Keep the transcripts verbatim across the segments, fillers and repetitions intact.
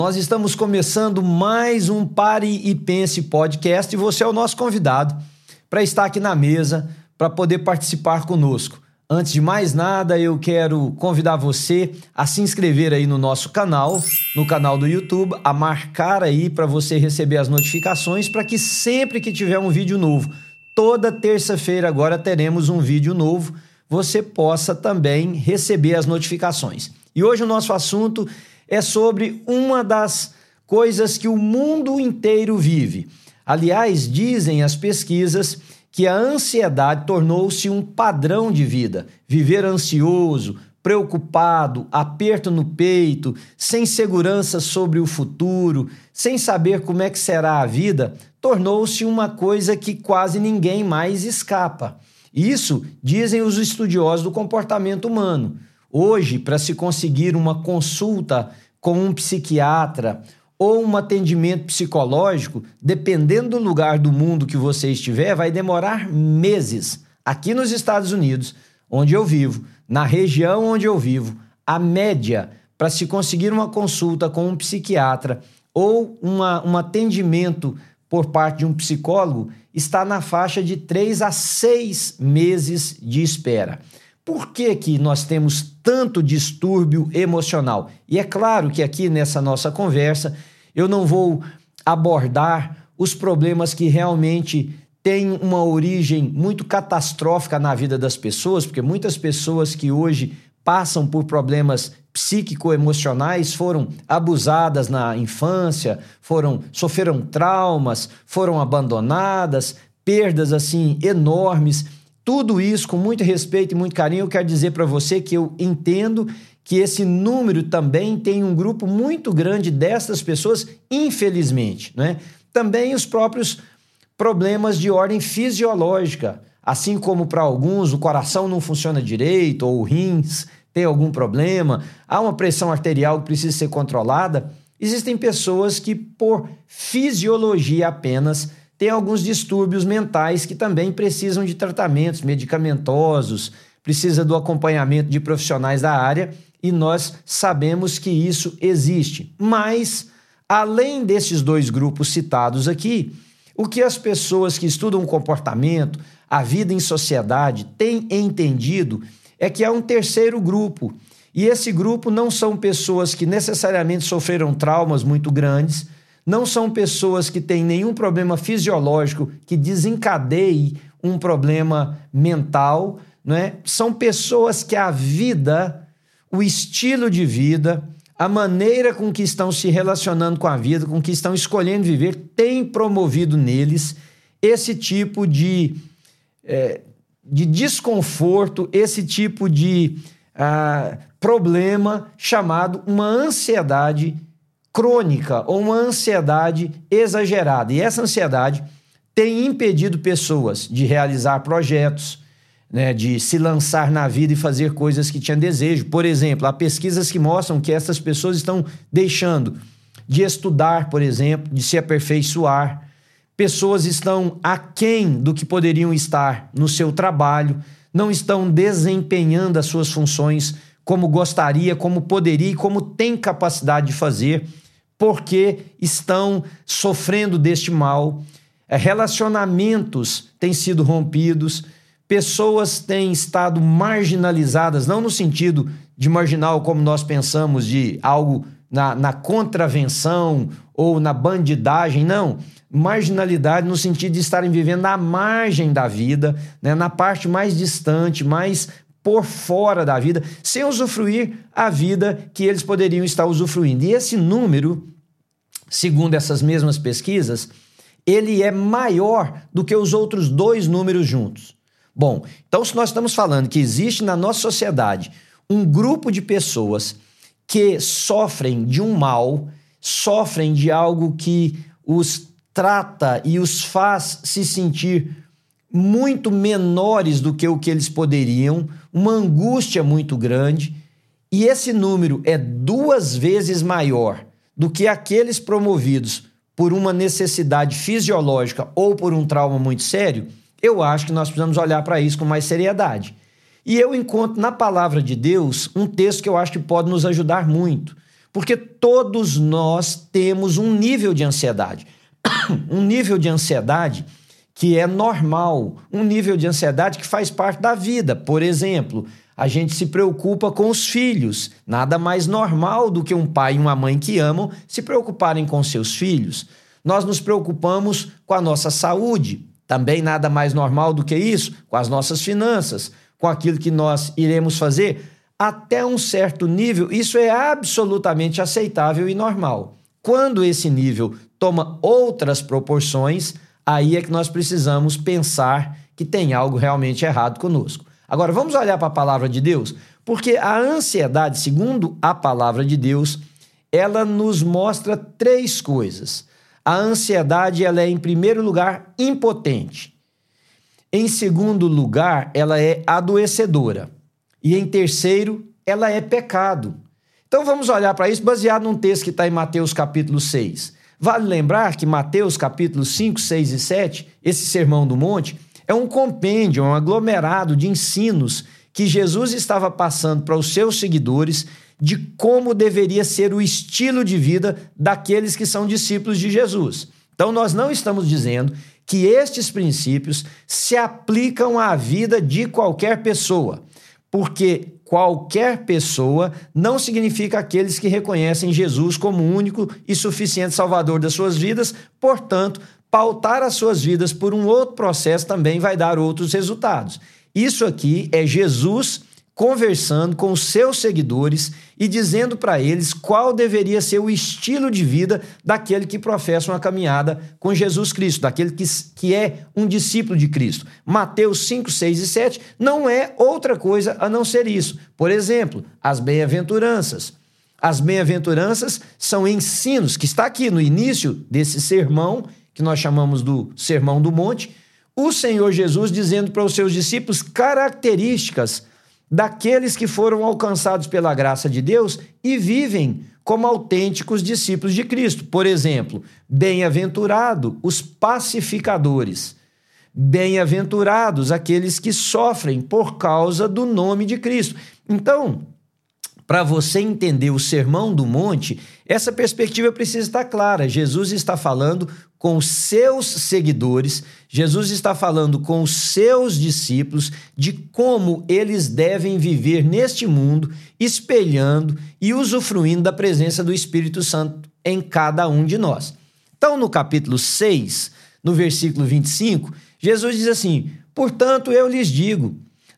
Nós estamos começando mais um Pare e Pense podcast e você é o nosso convidado para estar aqui na mesa, para poder participar conosco. Antes de mais nada, eu quero convidar você a se inscrever aí no nosso canal, no canal do YouTube, a marcar aí para você receber as notificações para que sempre que tiver um vídeo novo, toda terça-feira agora teremos um vídeo novo, você possa também receber as notificações. E hoje o nosso assunto é sobre uma das coisas que o mundo inteiro vive. Aliás, dizem as pesquisas que a ansiedade tornou-se um padrão de vida. Viver ansioso, preocupado, aperto no peito, sem segurança sobre o futuro, sem saber como é que será a vida, tornou-se uma coisa que quase ninguém mais escapa. Isso dizem os estudiosos do comportamento humano. Hoje, para se conseguir uma consulta com um psiquiatra ou um atendimento psicológico, dependendo do lugar do mundo que você estiver, vai demorar meses. Aqui nos Estados Unidos, onde eu vivo, na região onde eu vivo, a média para se conseguir uma consulta com um psiquiatra ou uma, um atendimento por parte de um psicólogo está na faixa de três a seis meses de espera. Por que que nós temos tanto distúrbio emocional? E é claro que aqui nessa nossa conversa eu não vou abordar os problemas que realmente têm uma origem muito catastrófica na vida das pessoas, porque muitas pessoas que hoje passam por problemas psíquico-emocionais foram abusadas na infância, foram, sofreram traumas, foram abandonadas, perdas assim enormes. Tudo isso, com muito respeito e muito carinho, eu quero dizer para você que eu entendo que esse número também tem um grupo muito grande dessas pessoas, infelizmente, né? Também os próprios problemas de ordem fisiológica, assim como para alguns o coração não funciona direito ou o rins tem algum problema, há uma pressão arterial que precisa ser controlada. Existem pessoas que, por fisiologia apenas, tem alguns distúrbios mentais que também precisam de tratamentos medicamentosos, precisa do acompanhamento de profissionais da área e nós sabemos que isso existe. Mas, além desses dois grupos citados aqui, o que as pessoas que estudam o comportamento, a vida em sociedade, têm entendido é que há um terceiro grupo. E esse grupo não são pessoas que necessariamente sofreram traumas muito grandes, não são pessoas que têm nenhum problema fisiológico que desencadeie um problema mental, não é? São pessoas que a vida, o estilo de vida, a maneira com que estão se relacionando com a vida, com que estão escolhendo viver, tem promovido neles esse tipo de, é, de desconforto, esse tipo de ah, problema chamado uma ansiedade crônica ou uma ansiedade exagerada. E essa ansiedade tem impedido pessoas de realizar projetos, né, de se lançar na vida e fazer coisas que tinham desejo. Por exemplo, há pesquisas que mostram que essas pessoas estão deixando de estudar, por exemplo, de se aperfeiçoar. Pessoas estão aquém do que poderiam estar no seu trabalho, não estão desempenhando as suas funções como gostaria, como poderia e como tem capacidade de fazer, porque estão sofrendo deste mal. Relacionamentos têm sido rompidos, pessoas têm estado marginalizadas, não no sentido de marginal como nós pensamos, de algo na, na contravenção ou na bandidagem, não. Marginalidade no sentido de estarem vivendo à margem da vida, né, na parte mais distante, mais por fora da vida, sem usufruir a vida que eles poderiam estar usufruindo. E esse número, segundo essas mesmas pesquisas, ele é maior do que os outros dois números juntos. Bom, então se nós estamos falando que existe na nossa sociedade um grupo de pessoas que sofrem de um mal, sofrem de algo que os trata e os faz se sentir muito menores do que o que eles poderiam, uma angústia muito grande, e esse número é duas vezes maior do que aqueles promovidos por uma necessidade fisiológica ou por um trauma muito sério, eu acho que nós precisamos olhar para isso com mais seriedade. E eu encontro na palavra de Deus um texto que eu acho que pode nos ajudar muito, Porque todos nós temos um nível de ansiedade. Um nível de ansiedade que é normal, um nível de ansiedade que faz parte da vida. Por exemplo, a gente se preocupa com os filhos. Nada mais normal do que um pai e uma mãe que amam se preocuparem com seus filhos. Nós nos preocupamos com a nossa saúde. Também nada mais normal do que isso, com as nossas finanças, com aquilo que nós iremos fazer. Até um certo nível, isso é absolutamente aceitável e normal. Quando esse nível toma outras proporções, aí é que nós precisamos pensar que tem algo realmente errado conosco. Agora, vamos olhar para a palavra de Deus? Porque a ansiedade, segundo a palavra de Deus, ela nos mostra três coisas. A ansiedade, ela é, em primeiro lugar, impotente. Em segundo lugar, ela é adoecedora. E em terceiro, ela é pecado. Então vamos olhar para isso baseado num texto que está em Mateus capítulo seis. Vale lembrar que Mateus capítulo cinco, seis e sete, esse Sermão do Monte, é um compêndio, é um aglomerado de ensinos que Jesus estava passando para os seus seguidores de como deveria ser o estilo de vida daqueles que são discípulos de Jesus. Então nós não estamos dizendo que estes princípios se aplicam à vida de qualquer pessoa, porque qualquer pessoa não significa aqueles que reconhecem Jesus como único e suficiente Salvador das suas vidas. Portanto, pautar as suas vidas por um outro processo também vai dar outros resultados. Isso aqui é Jesus conversando com os seus seguidores e dizendo para eles qual deveria ser o estilo de vida daquele que professa uma caminhada com Jesus Cristo, daquele que, que é um discípulo de Cristo. Mateus cinco, seis e sete não é outra coisa a não ser isso. Por exemplo, as bem-aventuranças. As bem-aventuranças são ensinos, que está aqui no início desse sermão, que nós chamamos do Sermão do Monte, o Senhor Jesus dizendo para os seus discípulos características daqueles que foram alcançados pela graça de Deus e vivem como autênticos discípulos de Cristo. Por exemplo, bem-aventurado os pacificadores, bem-aventurados aqueles que sofrem por causa do nome de Cristo. Então, para você entender o Sermão do Monte, essa perspectiva precisa estar clara. Jesus está falando com os seus seguidores, Jesus está falando com os seus discípulos de como eles devem viver neste mundo, espelhando e usufruindo da presença do Espírito Santo em cada um de nós. Então, no capítulo seis, no versículo vinte e cinco, Jesus diz assim: portanto, eu lhes digo,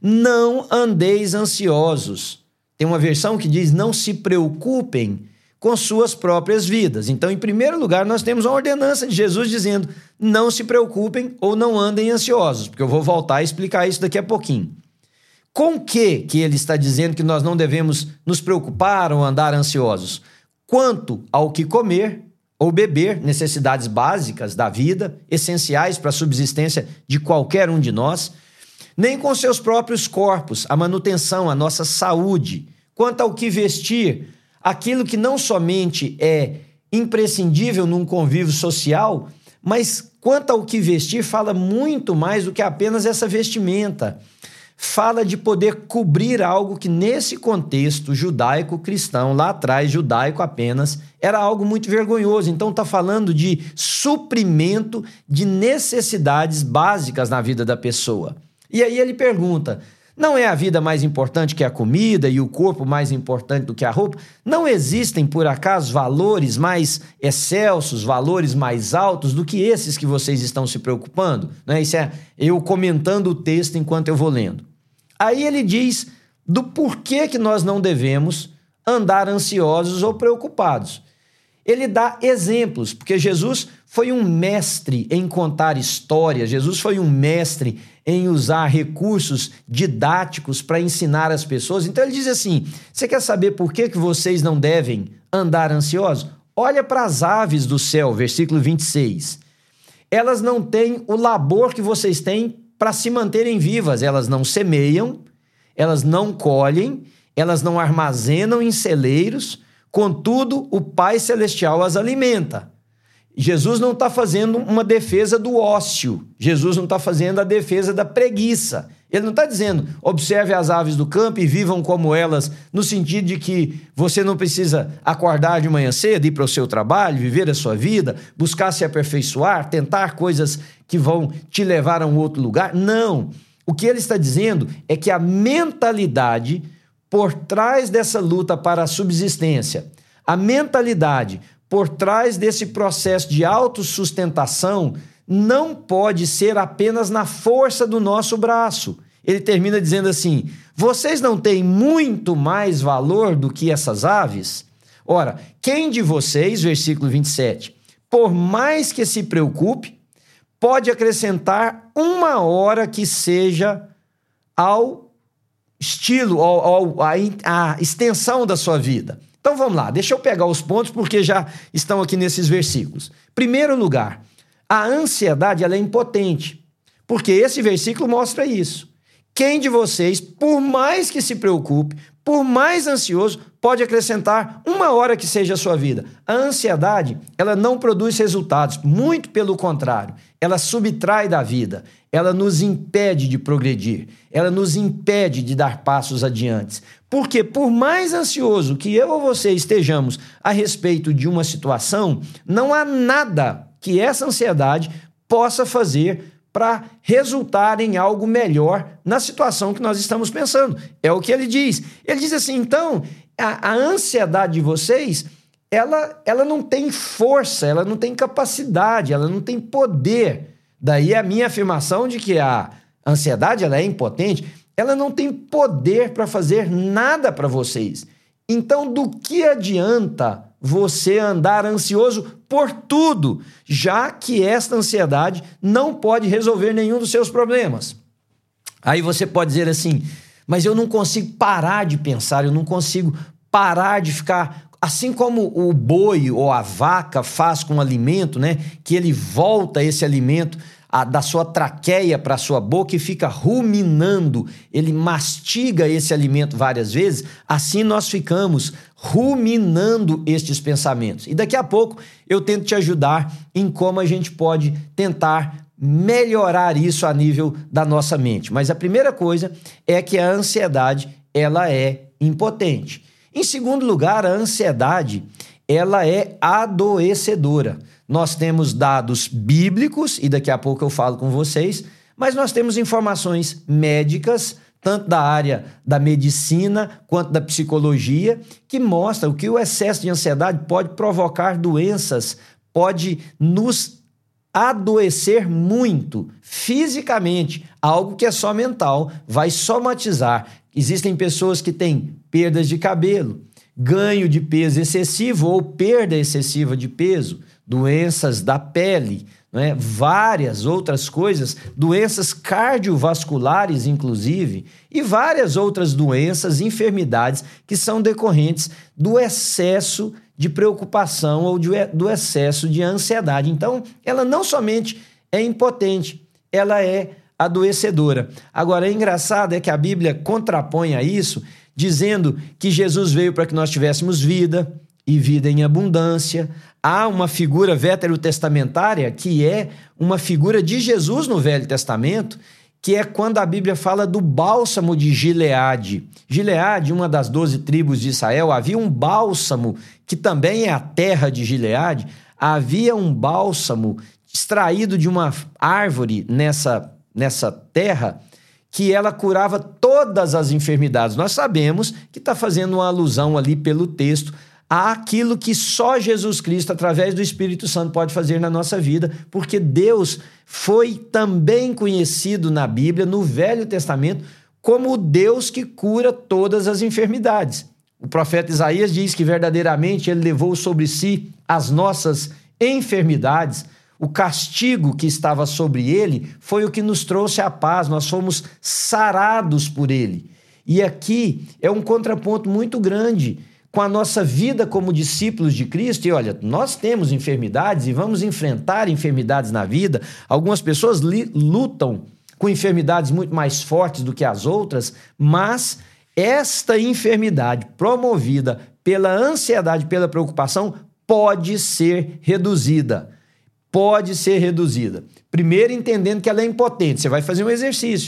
não andeis ansiosos. Tem uma versão que diz, não se preocupem com suas próprias vidas. Então, em primeiro lugar, nós temos uma ordenança de Jesus dizendo, não se preocupem ou não andem ansiosos, porque eu vou voltar a explicar isso daqui a pouquinho. Com que que ele está dizendo que nós não devemos nos preocupar ou andar ansiosos? Quanto ao que comer ou beber, necessidades básicas da vida, essenciais para a subsistência de qualquer um de nós, nem com seus próprios corpos, a manutenção, a nossa saúde. Quanto ao que vestir, aquilo que não somente é imprescindível num convívio social, mas quanto ao que vestir, fala muito mais do que apenas essa vestimenta. Fala de poder cobrir algo que nesse contexto judaico-cristão, lá atrás, judaico apenas, era algo muito vergonhoso. Então está falando de suprimento de necessidades básicas na vida da pessoa. E aí ele pergunta, não é a vida mais importante que a comida e o corpo mais importante do que a roupa? Não existem, por acaso, valores mais excelsos, valores mais altos do que esses que vocês estão se preocupando? Não é? Isso é eu comentando o texto enquanto eu vou lendo. Aí ele diz do porquê que nós não devemos andar ansiosos ou preocupados. Ele dá exemplos, porque Jesus foi um mestre em contar histórias, Jesus foi um mestre em usar recursos didáticos para ensinar as pessoas. Então ele diz assim, você quer saber por que que vocês não devem andar ansiosos? Olha para as aves do céu, versículo vinte e seis. Elas não têm o labor que vocês têm para se manterem vivas, elas não semeiam, elas não colhem, elas não armazenam em celeiros, contudo, o Pai Celestial as alimenta. Jesus não está fazendo uma defesa do ócio. Jesus não está fazendo a defesa da preguiça. Ele não está dizendo, observe as aves do campo e vivam como elas, no sentido de que você não precisa acordar de manhã cedo, ir para o seu trabalho, viver a sua vida, buscar se aperfeiçoar, tentar coisas que vão te levar a um outro lugar. Não. O que ele está dizendo é que a mentalidade por trás dessa luta para a subsistência, a mentalidade por trás desse processo de autossustentação não pode ser apenas na força do nosso braço. Ele termina dizendo assim, vocês não têm muito mais valor do que essas aves? Ora, quem de vocês, versículo vinte e sete, por mais que se preocupe, pode acrescentar uma hora que seja ao estilo, ao, ao, a, a extensão da sua vida? Então vamos lá, deixa eu pegar os pontos porque já estão aqui nesses versículos. Primeiro lugar, a ansiedade ela é impotente, porque esse versículo mostra isso. Quem de vocês, por mais que se preocupe, por mais ansioso, pode acrescentar uma hora que seja a sua vida? A ansiedade, ela não produz resultados, muito pelo contrário, ela subtrai da vida, ela nos impede de progredir, ela nos impede de dar passos adiante. Porque por mais ansioso que eu ou você estejamos a respeito de uma situação, não há nada que essa ansiedade possa fazer para resultar em algo melhor na situação que nós estamos pensando. É o que ele diz. Ele diz assim, então, a, a ansiedade de vocês, ela, ela não tem força, ela não tem capacidade, ela não tem poder. Daí a minha afirmação de que a ansiedade ela é impotente, ela não tem poder para fazer nada para vocês. Então, do que adianta você andar ansioso por tudo, já que esta ansiedade não pode resolver nenhum dos seus problemas? Aí você pode dizer assim, mas eu não consigo parar de pensar, eu não consigo parar de ficar... Assim como o boi ou a vaca faz com o alimento, né? Que ele volta esse alimento a, da sua traqueia para a sua boca e fica ruminando, ele mastiga esse alimento várias vezes, assim nós ficamos ruminando estes pensamentos. E daqui a pouco eu tento te ajudar em como a gente pode tentar melhorar isso a nível da nossa mente. Mas a primeira coisa é que a ansiedade ela é impotente. Em segundo lugar, a ansiedade, ela é adoecedora. Nós temos dados bíblicos, e daqui a pouco eu falo com vocês, mas nós temos informações médicas, tanto da área da medicina quanto da psicologia, que mostram que o excesso de ansiedade pode provocar doenças, pode nos adoecer muito fisicamente, algo que é só mental, vai somatizar. Existem pessoas que têm perdas de cabelo, ganho de peso excessivo ou perda excessiva de peso, doenças da pele, né? Várias outras coisas, doenças cardiovasculares, inclusive, e várias outras doenças, enfermidades que são decorrentes do excesso de preocupação ou de, do excesso de ansiedade. Então, ela não somente é impotente, ela é adoecedora. Agora, é engraçado é que a Bíblia contrapõe a isso, dizendo que Jesus veio para que nós tivéssemos vida e vida em abundância. Há uma figura veterotestamentária que é uma figura de Jesus no Velho Testamento, que é quando a Bíblia fala do bálsamo de Gileade. Gileade, uma das doze tribos de Israel, havia um bálsamo, que também é a terra de Gileade, havia um bálsamo extraído de uma árvore nessa, nessa terra, que ela curava todas as enfermidades. Nós sabemos que está fazendo uma alusão ali pelo texto àquilo que só Jesus Cristo, através do Espírito Santo, pode fazer na nossa vida, porque Deus foi também conhecido na Bíblia, no Velho Testamento, como o Deus que cura todas as enfermidades. O profeta Isaías diz que verdadeiramente ele levou sobre si as nossas enfermidades. O castigo que estava sobre ele foi o que nos trouxe a paz, nós fomos sarados por ele. E aqui é um contraponto muito grande com a nossa vida como discípulos de Cristo. E olha, nós temos enfermidades e vamos enfrentar enfermidades na vida. Algumas pessoas lutam com enfermidades muito mais fortes do que as outras, mas esta enfermidade promovida pela ansiedade, pela preocupação, pode ser reduzida. Pode ser reduzida. Primeiro, entendendo que ela é impotente. Você vai fazer um exercício.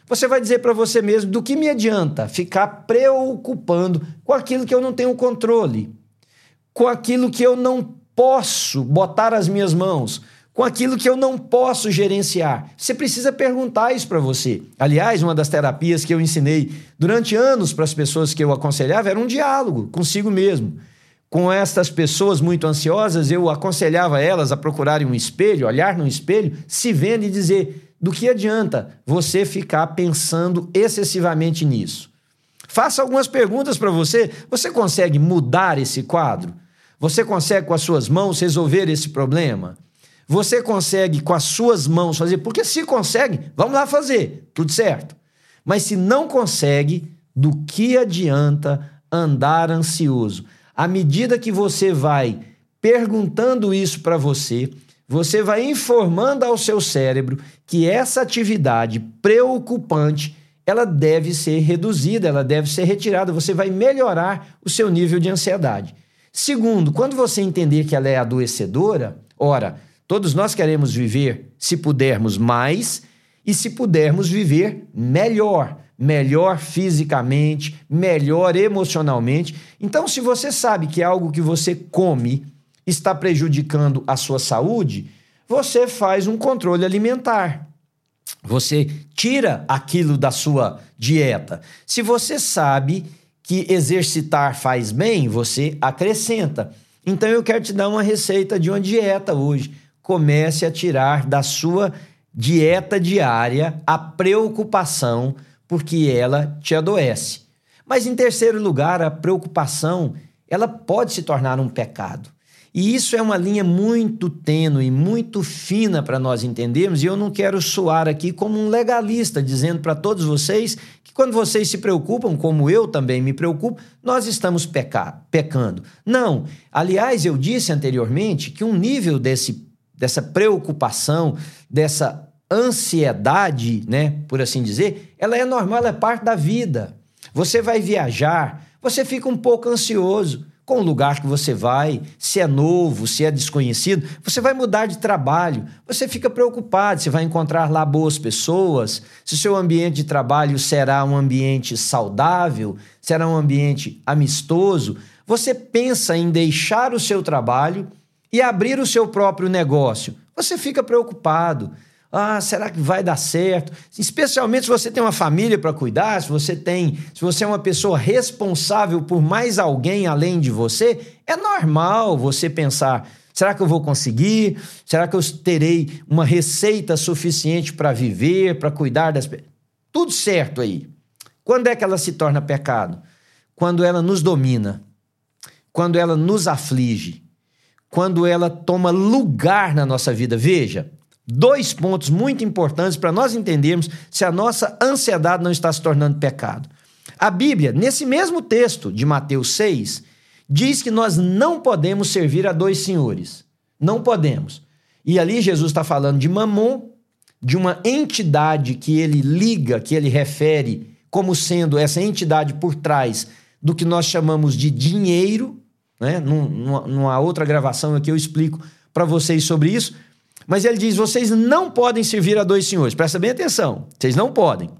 Você vai dizer para você mesmo: do que me adianta ficar preocupando com aquilo que eu não tenho controle, com aquilo que eu não posso botar as minhas mãos, com aquilo que eu não posso gerenciar? Você precisa perguntar isso para você. Aliás, uma das terapias que eu ensinei durante anos para as pessoas que eu aconselhava era um diálogo consigo mesmo. Com estas pessoas muito ansiosas, eu aconselhava elas a procurarem um espelho, olhar no espelho, se vendo e dizer: do que adianta você ficar pensando excessivamente nisso? Faça algumas perguntas para você. Você consegue mudar esse quadro? Você consegue com as suas mãos resolver esse problema? Você consegue com as suas mãos fazer? Porque se consegue, vamos lá fazer, tudo certo. Mas se não consegue, do que adianta andar ansioso? À medida que você vai perguntando isso para você, você vai informando ao seu cérebro que essa atividade preocupante, ela deve ser reduzida, ela deve ser retirada, você vai melhorar o seu nível de ansiedade. Segundo, quando você entender que ela é adoecedora, ora, todos nós queremos viver, se pudermos, mais e se pudermos viver melhor. Melhor fisicamente, melhor emocionalmente. Então, se você sabe que algo que você come está prejudicando a sua saúde, você faz um controle alimentar. Você tira aquilo da sua dieta. Se você sabe que exercitar faz bem, você acrescenta. Então eu quero te dar uma receita de uma dieta hoje. Comece a tirar da sua dieta diária a preocupação, porque ela te adoece. Mas em terceiro lugar, a preocupação, ela pode se tornar um pecado. E isso é uma linha muito tênue, muito fina para nós entendermos, e eu não quero soar aqui como um legalista, dizendo para todos vocês que quando vocês se preocupam, como eu também me preocupo, nós estamos peca- pecando. Não. Aliás, eu disse anteriormente que um nível desse, dessa preocupação, dessa ansiedade, né, por assim dizer, ela é normal, ela é parte da vida. Você vai viajar, você fica um pouco ansioso com o lugar que você vai, se é novo, se é desconhecido, você vai mudar de trabalho, você fica preocupado se vai encontrar lá boas pessoas, se o seu ambiente de trabalho será um ambiente saudável, será um ambiente amistoso. Você pensa em deixar o seu trabalho e abrir o seu próprio negócio. Você fica preocupado. Ah, será que vai dar certo? Especialmente se você tem uma família para cuidar, se você tem, se você é uma pessoa responsável por mais alguém além de você, é normal você pensar: será que eu vou conseguir? Será que eu terei uma receita suficiente para viver, para cuidar das pessoas? Tudo certo aí. Quando é que ela se torna pecado? Quando ela nos domina, quando ela nos aflige, quando ela toma lugar na nossa vida. Veja, dois pontos muito importantes para nós entendermos se a nossa ansiedade não está se tornando pecado. A Bíblia, nesse mesmo texto de Mateus seis, diz que nós não podemos servir a dois senhores. Não podemos. E ali Jesus está falando de Mamon, de uma entidade que ele liga, que ele refere como sendo essa entidade por trás do que nós chamamos de dinheiro, né? Numa, numa outra gravação aqui eu explico para vocês sobre isso. Mas ele diz: vocês não podem servir a dois senhores. Presta bem atenção. Vocês não podem.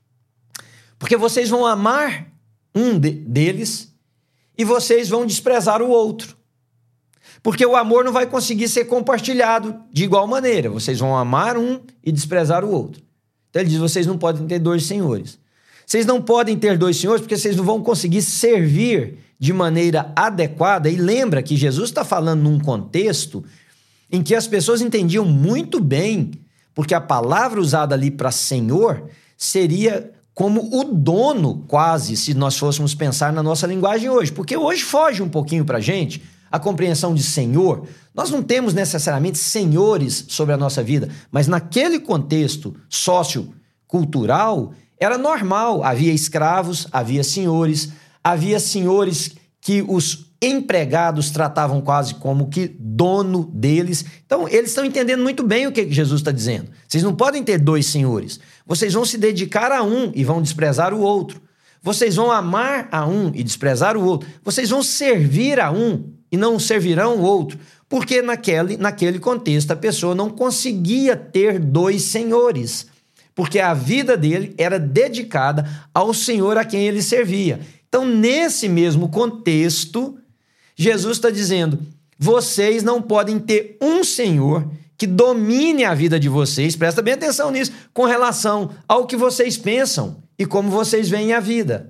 Porque vocês vão amar um de, deles e vocês vão desprezar o outro. Porque o amor não vai conseguir ser compartilhado de igual maneira. Vocês vão amar um e desprezar o outro. Então ele diz: vocês não podem ter dois senhores. Vocês não podem ter dois senhores porque vocês não vão conseguir servir de maneira adequada. E lembra que Jesus está falando num contexto em que as pessoas entendiam muito bem, porque a palavra usada ali para senhor seria como o dono, quase, se nós fôssemos pensar na nossa linguagem hoje. Porque hoje foge um pouquinho para a gente a compreensão de senhor. Nós não temos necessariamente senhores sobre a nossa vida, mas naquele contexto sociocultural era normal. Havia escravos, havia senhores, havia senhores que os empregados tratavam quase como que dono deles. Então, eles estão entendendo muito bem o que Jesus está dizendo. Vocês não podem ter dois senhores. Vocês vão se dedicar a um e vão desprezar o outro. Vocês vão amar a um e desprezar o outro. Vocês vão servir a um e não servirão o outro. Porque naquele, naquele contexto a pessoa não conseguia ter dois senhores. porque a vida dele era dedicada ao Senhor a quem ele servia. Então, nesse mesmo contexto, Jesus está dizendo: vocês não podem ter um Senhor que domine a vida de vocês, presta bem atenção nisso, com relação ao que vocês pensam e como vocês veem a vida.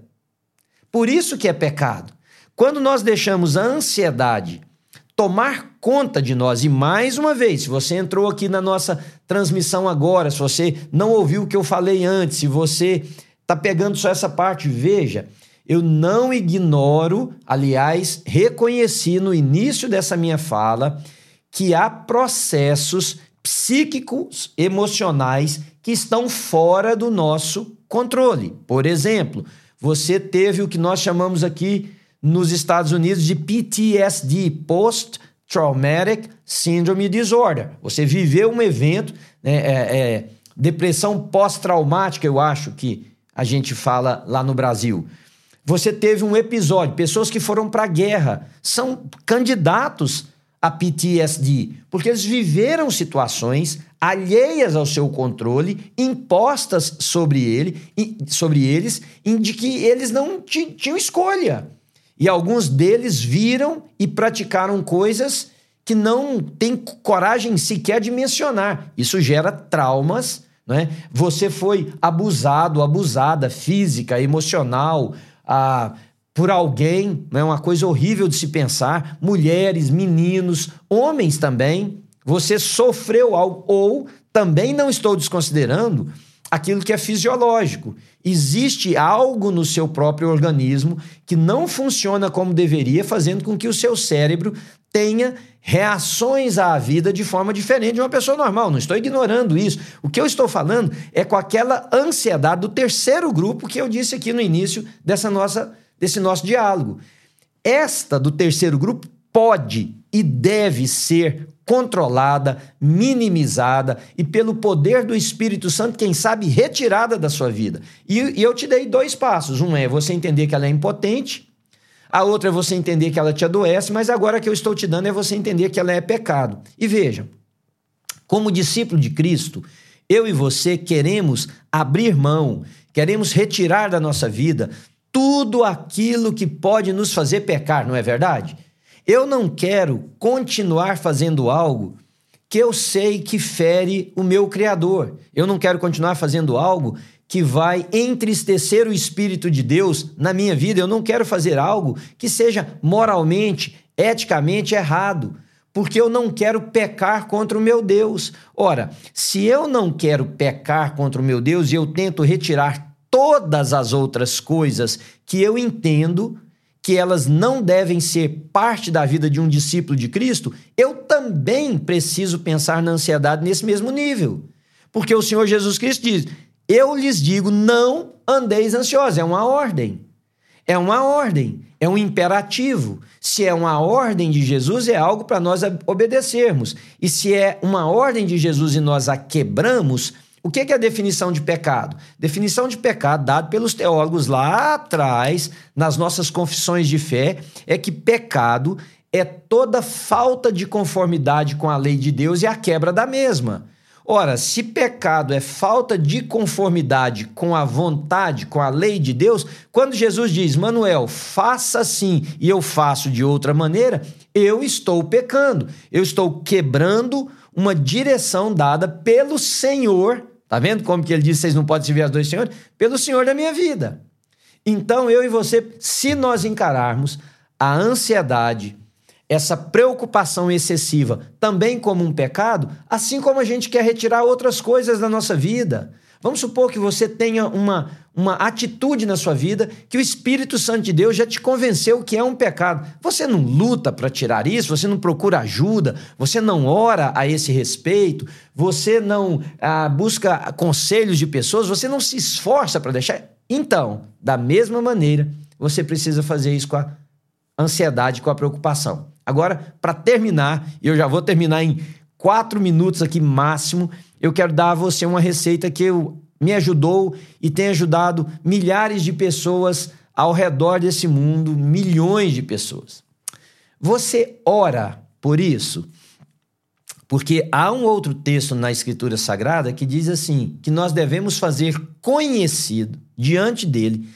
Por isso que é pecado. Quando nós deixamos a ansiedade tomar conta de nós, e mais uma vez, se você entrou aqui na nossa transmissão agora, se você não ouviu o que eu falei antes, se você está pegando só essa parte, veja, eu não ignoro, aliás, reconheci no início dessa minha fala que há processos psíquicos, emocionais que estão fora do nosso controle. Por exemplo, você teve o que nós chamamos aqui nos Estados Unidos de P T S D, Post-Traumatic Syndrome Disorder. Você viveu um evento, né, é, é, depressão pós-traumática, eu acho que a gente fala lá no Brasil. Você teve um episódio, pessoas que foram para a guerra, são candidatos a P T S D, porque eles viveram situações alheias ao seu controle, impostas sobre, ele, sobre eles, de que eles não tinham escolha. E alguns deles viram e praticaram coisas que não têm coragem sequer de mencionar. Isso gera traumas, né? Você foi abusado, abusada, física, emocional, ah, por alguém, é, né? Uma coisa horrível de se pensar. Mulheres, meninos, homens também. Você sofreu algo, ou também não estou desconsiderando aquilo que é fisiológico. Existe algo no seu próprio organismo que não funciona como deveria, fazendo com que o seu cérebro tenha reações à vida de forma diferente de uma pessoa normal. Não estou ignorando isso. O que eu estou falando é com aquela ansiedade do terceiro grupo que eu disse aqui no início dessa nossa, desse nosso diálogo. Esta do terceiro grupo pode e deve ser controlada, minimizada e pelo poder do Espírito Santo, quem sabe, retirada da sua vida. E, e eu te dei dois passos. Um é você entender que ela é impotente, a outra é você entender que ela te adoece, mas agora que eu estou te dando é você entender que ela é pecado. E veja, como discípulo de Cristo, eu e você queremos abrir mão, queremos retirar da nossa vida tudo aquilo que pode nos fazer pecar, não é verdade? Eu não quero continuar fazendo algo que eu sei que fere o meu Criador. Eu não quero continuar fazendo algo que vai entristecer o Espírito de Deus na minha vida. Eu não quero fazer algo que seja moralmente, eticamente errado, porque eu não quero pecar contra o meu Deus. Ora, se eu não quero pecar contra o meu Deus e eu tento retirar todas as outras coisas que eu entendo que elas não devem ser parte da vida de um discípulo de Cristo, eu também preciso pensar na ansiedade nesse mesmo nível. Porque o Senhor Jesus Cristo diz: eu lhes digo, não andeis ansiosos. É uma ordem. É uma ordem. É um imperativo. Se é uma ordem de Jesus, é algo para nós obedecermos. E se é uma ordem de Jesus e nós a quebramos, o que é a definição de pecado? Definição de pecado, dada pelos teólogos lá atrás, nas nossas confissões de fé, é que pecado é toda falta de conformidade com a lei de Deus e a quebra da mesma. Ora, se pecado é falta de conformidade com a vontade, com a lei de Deus, quando Jesus diz, Manuel, faça assim e eu faço de outra maneira, eu estou pecando, eu estou quebrando uma direção dada pelo Senhor. Tá vendo como que ele diz, vocês não podem servir aos dois senhores? Pelo Senhor da minha vida. Então, eu e você, se nós encararmos a ansiedade, essa preocupação excessiva também como um pecado, assim como a gente quer retirar outras coisas da nossa vida. Vamos supor que você tenha uma, uma atitude na sua vida que o Espírito Santo de Deus já te convenceu que é um pecado. Você não luta para tirar isso, você não procura ajuda, você não ora a esse respeito, você não ah, busca conselhos de pessoas, você não se esforça para deixar. Então, da mesma maneira, você precisa fazer isso com a ansiedade, com a preocupação. Agora, para terminar, e eu já vou terminar em quatro minutos aqui máximo, eu quero dar a você uma receita que eu, me ajudou e tem ajudado milhares de pessoas ao redor desse mundo, milhões de pessoas. Você ora por isso? Porque há um outro texto na Escritura Sagrada que diz assim, que nós devemos fazer conhecido diante dele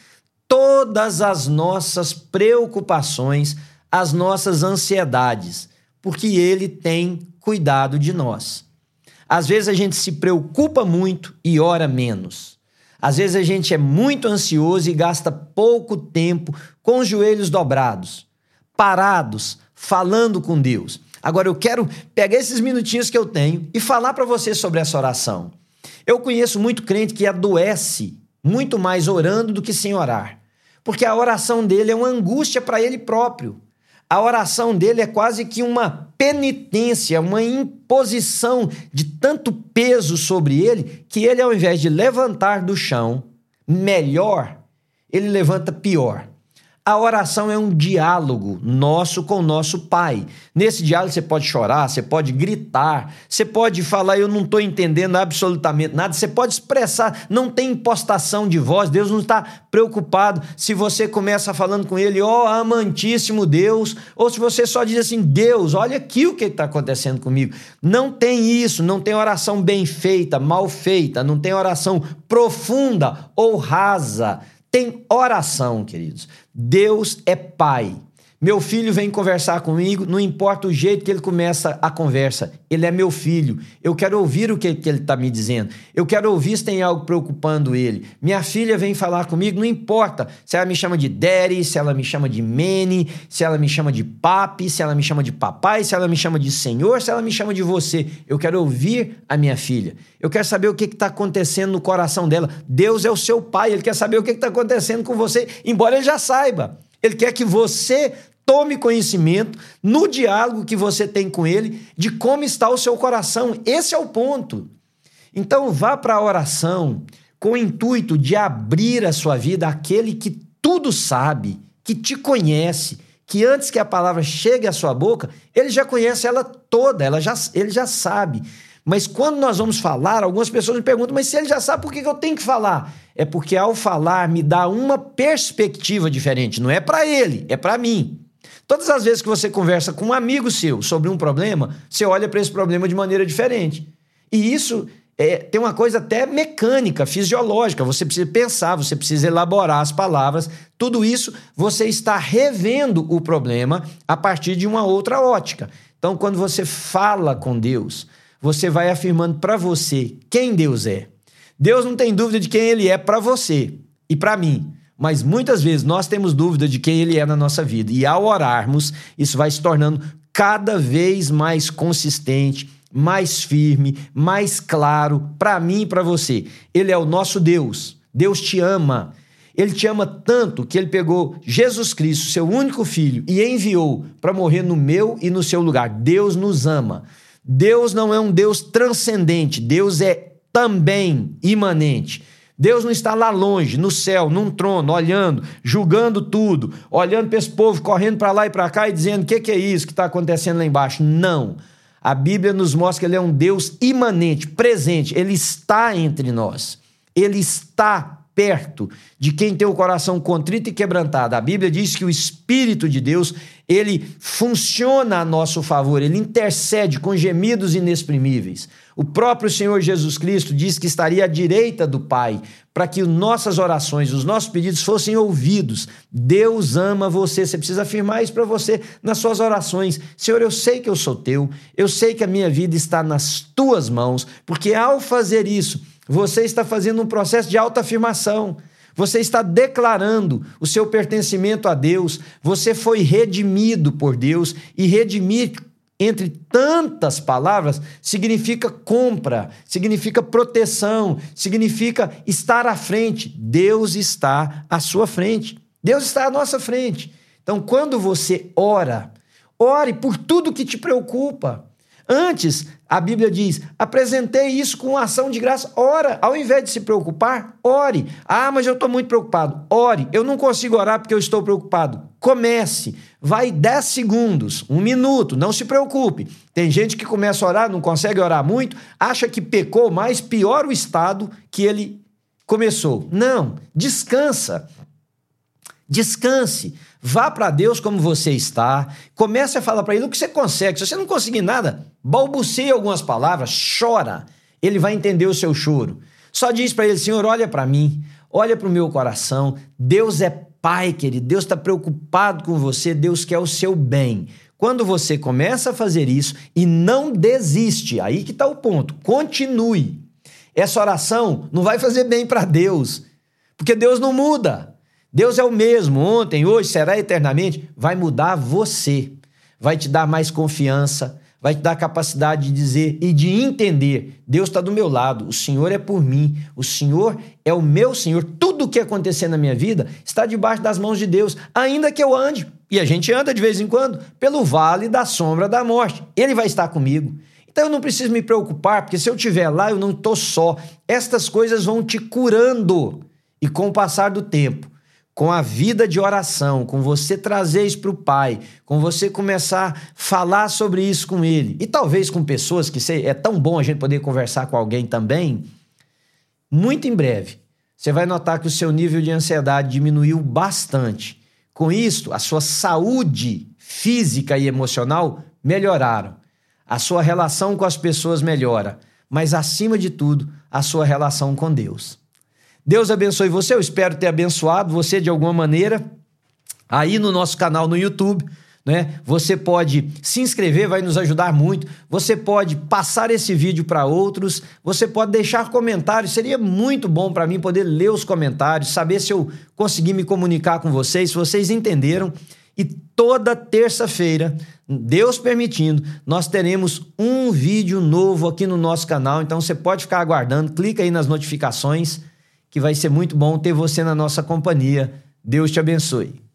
todas as nossas preocupações, as nossas ansiedades, porque ele tem cuidado de nós. Às vezes a gente se preocupa muito e ora menos. Às vezes a gente é muito ansioso e gasta pouco tempo com os joelhos dobrados, parados, falando com Deus. Agora eu quero pegar esses minutinhos que eu tenho e falar para você sobre essa oração. Eu conheço muito crente que adoece muito mais orando do que sem orar, porque a oração dele é uma angústia para ele próprio. A oração dele é quase que uma penitência, uma imposição de tanto peso sobre ele, que ele, ao invés de levantar do chão melhor, ele levanta pior. A oração é um diálogo nosso com o nosso Pai. Nesse diálogo você pode chorar, você pode gritar, você pode falar, eu não estou entendendo absolutamente nada, você pode expressar, não tem impostação de voz, Deus não está preocupado se você começa falando com ele, ó, oh, amantíssimo Deus, ou se você só diz assim, Deus, olha aqui o que está acontecendo comigo. Não tem isso, não tem oração bem feita, mal feita, não tem oração profunda ou rasa. Tem oração, queridos. Deus é Pai. Meu filho vem conversar comigo, não importa o jeito que ele começa a conversa, ele é meu filho. Eu quero ouvir o que, que ele está me dizendo. Eu quero ouvir se tem algo preocupando ele. Minha filha vem falar comigo, não importa se ela me chama de daddy, se ela me chama de Manny, se ela me chama de papi, se ela me chama de papai, se ela me chama de senhor, se ela me chama de você. Eu quero ouvir a minha filha. Eu quero saber o que está acontecendo no coração dela. Deus é o seu pai, ele quer saber o que está acontecendo com você, embora ele já saiba. Ele quer que você tome conhecimento no diálogo que você tem com ele de como está o seu coração. Esse é o ponto. Então vá para a oração com o intuito de abrir a sua vida àquele que tudo sabe, que te conhece, que antes que a palavra chegue à sua boca, ele já conhece ela toda, ela já, ele já sabe. Mas quando nós vamos falar, algumas pessoas me perguntam, mas se ele já sabe, por que eu tenho que falar? É porque ao falar me dá uma perspectiva diferente. Não é para ele, é para mim. Todas as vezes que você conversa com um amigo seu sobre um problema, você olha para esse problema de maneira diferente. E isso é, tem uma coisa até mecânica, fisiológica. Você precisa pensar, você precisa elaborar as palavras. Tudo isso você está revendo o problema a partir de uma outra ótica. Então, quando você fala com Deus, você vai afirmando para você quem Deus é. Deus não tem dúvida de quem ele é para você e para mim. Mas muitas vezes nós temos dúvida de quem ele é na nossa vida. E ao orarmos, isso vai se tornando cada vez mais consistente, mais firme, mais claro para mim e para você. Ele é o nosso Deus. Deus te ama. Ele te ama tanto que ele pegou Jesus Cristo, seu único filho, e enviou para morrer no meu e no seu lugar. Deus nos ama. Deus não é um Deus transcendente. Deus é também imanente. Deus não está lá longe, no céu, num trono, olhando, julgando tudo, olhando para esse povo, correndo para lá e para cá e dizendo o que, que é isso que está acontecendo lá embaixo. Não. A Bíblia nos mostra que ele é um Deus imanente, presente. Ele está entre nós. Ele está perto de quem tem o coração contrito e quebrantado. A Bíblia diz que o Espírito de Deus, ele funciona a nosso favor, ele intercede com gemidos inexprimíveis. O próprio Senhor Jesus Cristo diz que estaria à direita do Pai para que nossas orações, os nossos pedidos fossem ouvidos. Deus ama você, você precisa afirmar isso para você nas suas orações. Senhor, eu sei que eu sou teu, eu sei que a minha vida está nas tuas mãos, porque ao fazer isso, você está fazendo um processo de autoafirmação. Você está declarando o seu pertencimento a Deus. Você foi redimido por Deus. E redimir, entre tantas palavras, significa compra, significa proteção, significa estar à frente. Deus está à sua frente. Deus está à nossa frente. Então, quando você ora, ore por tudo que te preocupa. Antes, a Bíblia diz, apresentei isso com ação de graça. Ora, ao invés de se preocupar, ore. Ah, mas eu estou muito preocupado. Ore. Eu não consigo orar porque eu estou preocupado. Comece. Vai dez segundos, um minuto, não se preocupe. Tem gente que começa a orar, não consegue orar muito, acha que pecou mais, piora o estado que ele começou. Não, descansa. Descanse. Vá para Deus como você está, comece a falar para Ele o que você consegue. Se você não conseguir nada, balbuceie algumas palavras, chora. Ele vai entender o seu choro. Só diz para Ele, Senhor, olha para mim, olha para o meu coração. Deus é Pai, querido, Deus está preocupado com você, Deus quer o seu bem. Quando você começa a fazer isso e não desiste, aí que está o ponto, continue. Essa oração não vai fazer bem para Deus, porque Deus não muda. Deus é o mesmo, ontem, hoje, será eternamente. Vai mudar você, vai te dar mais confiança, vai te dar a capacidade de dizer e de entender. Deus está do meu lado, o Senhor é por mim, o Senhor é o meu Senhor. Tudo o que acontecer na minha vida está debaixo das mãos de Deus, ainda que eu ande, e a gente anda de vez em quando, pelo vale da sombra da morte. Ele vai estar comigo. Então eu não preciso me preocupar, porque se eu estiver lá, eu não estou só. Estas coisas vão te curando. E com o passar do tempo, com a vida de oração, com você trazer isso para o Pai, com você começar a falar sobre isso com Ele, e talvez com pessoas que sei, é tão bom a gente poder conversar com alguém também, muito em breve, você vai notar que o seu nível de ansiedade diminuiu bastante. Com isso, a sua saúde física e emocional melhoraram. A sua relação com as pessoas melhora, mas acima de tudo, a sua relação com Deus. Deus abençoe você, eu espero ter abençoado você de alguma maneira aí no nosso canal no YouTube, né? Você pode se inscrever, vai nos ajudar muito, você pode passar esse vídeo para outros, você pode deixar comentários, seria muito bom para mim poder ler os comentários, saber se eu consegui me comunicar com vocês, se vocês entenderam. E toda terça-feira, Deus permitindo, nós teremos um vídeo novo aqui no nosso canal, então você pode ficar aguardando, clica aí nas notificações, que vai ser muito bom ter você na nossa companhia. Deus te abençoe.